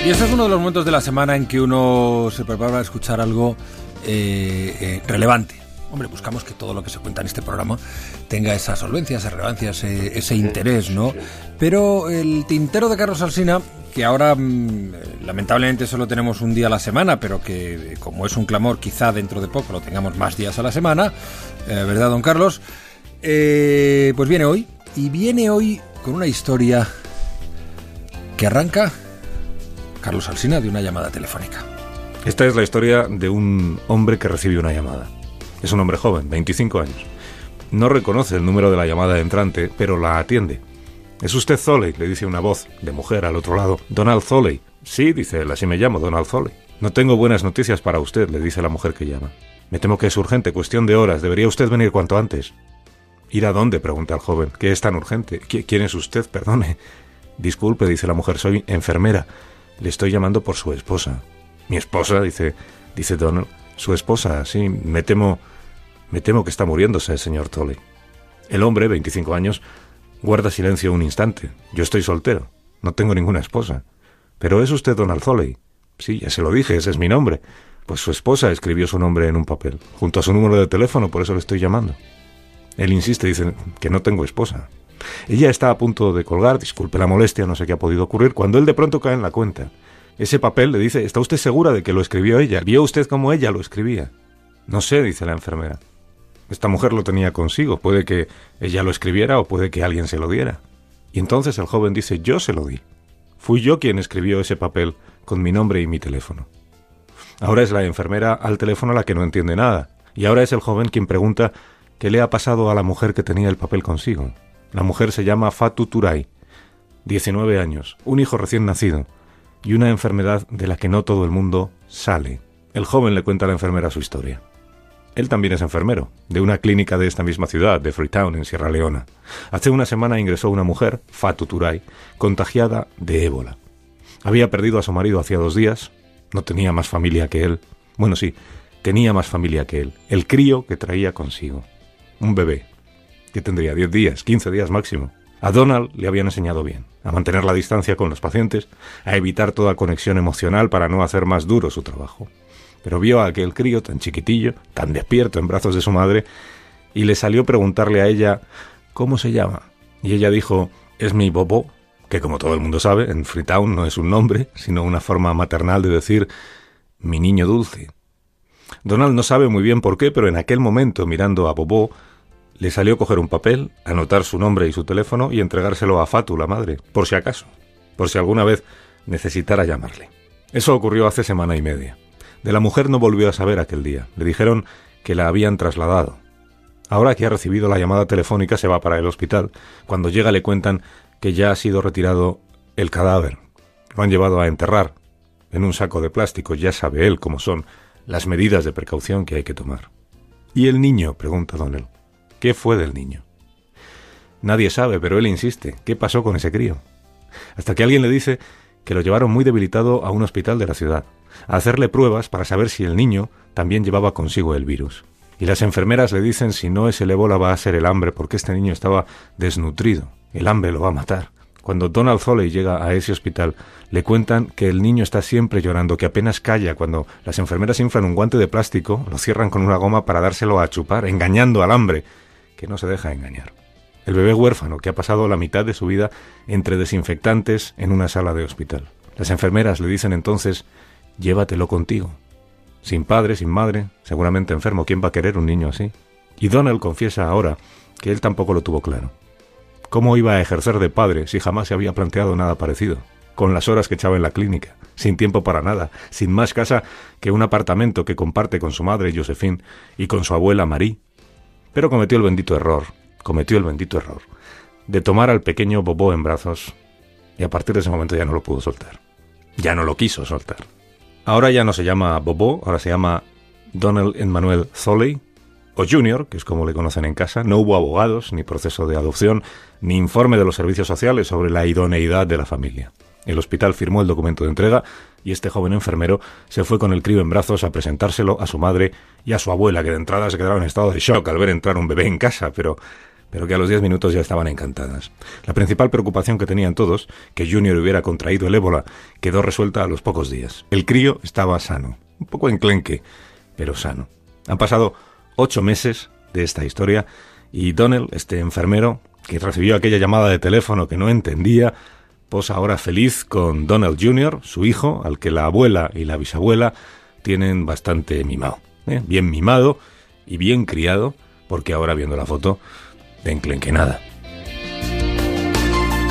Y este es uno de los momentos de la semana en que uno se prepara a escuchar algo relevante. Hombre, buscamos que todo lo que se cuenta en este programa tenga esa solvencia, esa relevancia, ese interés, ¿no? Pero el tintero de Carlos Alsina, que ahora lamentablemente solo tenemos un día a la semana, pero que como es un clamor, quizá dentro de poco lo tengamos más días a la semana, ¿verdad, don Carlos? Pues viene hoy, y viene hoy con una historia que arranca, Carlos Alsina, de una llamada telefónica. Esta es la historia de un hombre que recibe una llamada. Es un hombre joven, 25 años. No reconoce el número de la llamada entrante, pero la atiende. ¿Es usted Foley?, le dice una voz de mujer al otro lado. Donald Foley. Sí, dice él, así me llamo, Donald Foley. No tengo buenas noticias para usted, le dice la mujer que llama. Me temo que es urgente, cuestión de horas. Debería usted venir cuanto antes. ¿Ir a dónde?, pregunta el joven. ¿Qué es tan urgente? ¿Quién es usted? Perdone. Disculpe, dice la mujer, soy enfermera. Le estoy llamando por su esposa. ¿Mi esposa?, dice Donald. Su esposa, sí, me temo que está muriéndose, señor Foley. El hombre, 25 años, guarda silencio un instante. Yo estoy soltero, no tengo ninguna esposa. ¿Pero es usted Donald Foley? Sí, ya se lo dije, ese es mi nombre. Pues su esposa escribió su nombre en un papel, junto a su número de teléfono, por eso le estoy llamando. Él insiste, dice que no tengo esposa. Ella está a punto de colgar, disculpe la molestia, no sé qué ha podido ocurrir, cuando él de pronto cae en la cuenta. Ese papel, le dice, ¿está usted segura de que lo escribió ella? ¿Vio usted cómo ella lo escribía? No sé, dice la enfermera. Esta mujer lo tenía consigo, puede que ella lo escribiera o puede que alguien se lo diera. Y entonces el joven dice, yo se lo di. Fui yo quien escribió ese papel con mi nombre y mi teléfono. Ahora es la enfermera al teléfono la que no entiende nada. Y ahora es el joven quien pregunta qué le ha pasado a la mujer que tenía el papel consigo. La mujer se llama Fatu Turay, 19 años, un hijo recién nacido y una enfermedad de la que no todo el mundo sale. El joven le cuenta a la enfermera su historia. Él también es enfermero, de una clínica de esta misma ciudad, de Freetown, en Sierra Leona. Hace una semana ingresó una mujer, Fatu Turay, contagiada de ébola. Había perdido a su marido hacía 2 días, no tenía más familia que él. Bueno, sí, tenía más familia que él, el crío que traía consigo. Un bebé, que tendría 10 días, 15 días máximo. A Donald le habían enseñado bien, a mantener la distancia con los pacientes, a evitar toda conexión emocional para no hacer más duro su trabajo. Pero vio a aquel crío tan chiquitillo, tan despierto en brazos de su madre, y le salió preguntarle a ella cómo se llama. Y ella dijo, es mi Bobo, que como todo el mundo sabe, en Freetown no es un nombre, sino una forma maternal de decir mi niño dulce. Donald no sabe muy bien por qué, pero en aquel momento, mirando a Bobo, le salió coger un papel, anotar su nombre y su teléfono y entregárselo a Fatu, la madre, por si acaso, por si alguna vez necesitara llamarle. Eso ocurrió hace semana y media. De la mujer no volvió a saber aquel día. Le dijeron que la habían trasladado. Ahora que ha recibido la llamada telefónica se va para el hospital. Cuando llega le cuentan que ya ha sido retirado el cadáver. Lo han llevado a enterrar en un saco de plástico. Ya sabe él cómo son las medidas de precaución que hay que tomar. ¿Y el niño?, pregunta Donald. ¿Qué fue del niño? Nadie sabe, pero él insiste. ¿Qué pasó con ese crío? Hasta que alguien le dice que lo llevaron muy debilitado a un hospital de la ciudad, a hacerle pruebas para saber si el niño también llevaba consigo el virus. Y las enfermeras le dicen si no es el ébola va a ser el hambre, porque este niño estaba desnutrido. El hambre lo va a matar. Cuando Donald Foley llega a ese hospital, le cuentan que el niño está siempre llorando, que apenas calla. Cuando las enfermeras inflan un guante de plástico, lo cierran con una goma para dárselo a chupar, engañando al hambre, que no se deja engañar. El bebé huérfano que ha pasado la mitad de su vida entre desinfectantes en una sala de hospital. Las enfermeras le dicen entonces, llévatelo contigo. Sin padre, sin madre, seguramente enfermo, ¿quién va a querer un niño así? Y Donald confiesa ahora que él tampoco lo tuvo claro. ¿Cómo iba a ejercer de padre si jamás se había planteado nada parecido? Con las horas que echaba en la clínica, sin tiempo para nada, sin más casa que un apartamento que comparte con su madre Josephine y con su abuela Marie. Pero cometió el bendito error de tomar al pequeño Bobo en brazos, y a partir de ese momento ya no lo pudo soltar. Ya no lo quiso soltar. Ahora ya no se llama Bobo, ahora se llama Donald Emmanuel Foley, o Junior, que es como le conocen en casa. No hubo abogados, ni proceso de adopción, ni informe de los servicios sociales sobre la idoneidad de la familia. El hospital firmó el documento de entrega y este joven enfermero se fue con el crío en brazos a presentárselo a su madre y a su abuela, que de entrada se quedaron en estado de shock al ver entrar un bebé en casa, pero pero que a los 10 minutos ya estaban encantadas. La principal preocupación que tenían todos, que Junior hubiera contraído el ébola, quedó resuelta a los pocos días. El crío estaba sano, un poco enclenque, pero sano. Han pasado 8 meses de esta historia y Donnell, este enfermero, que recibió aquella llamada de teléfono que no entendía, posa ahora feliz con Donnell Jr., su hijo, al que la abuela y la bisabuela tienen bastante mimado. Bien mimado y bien criado, porque ahora viendo la foto, de enclenque nada.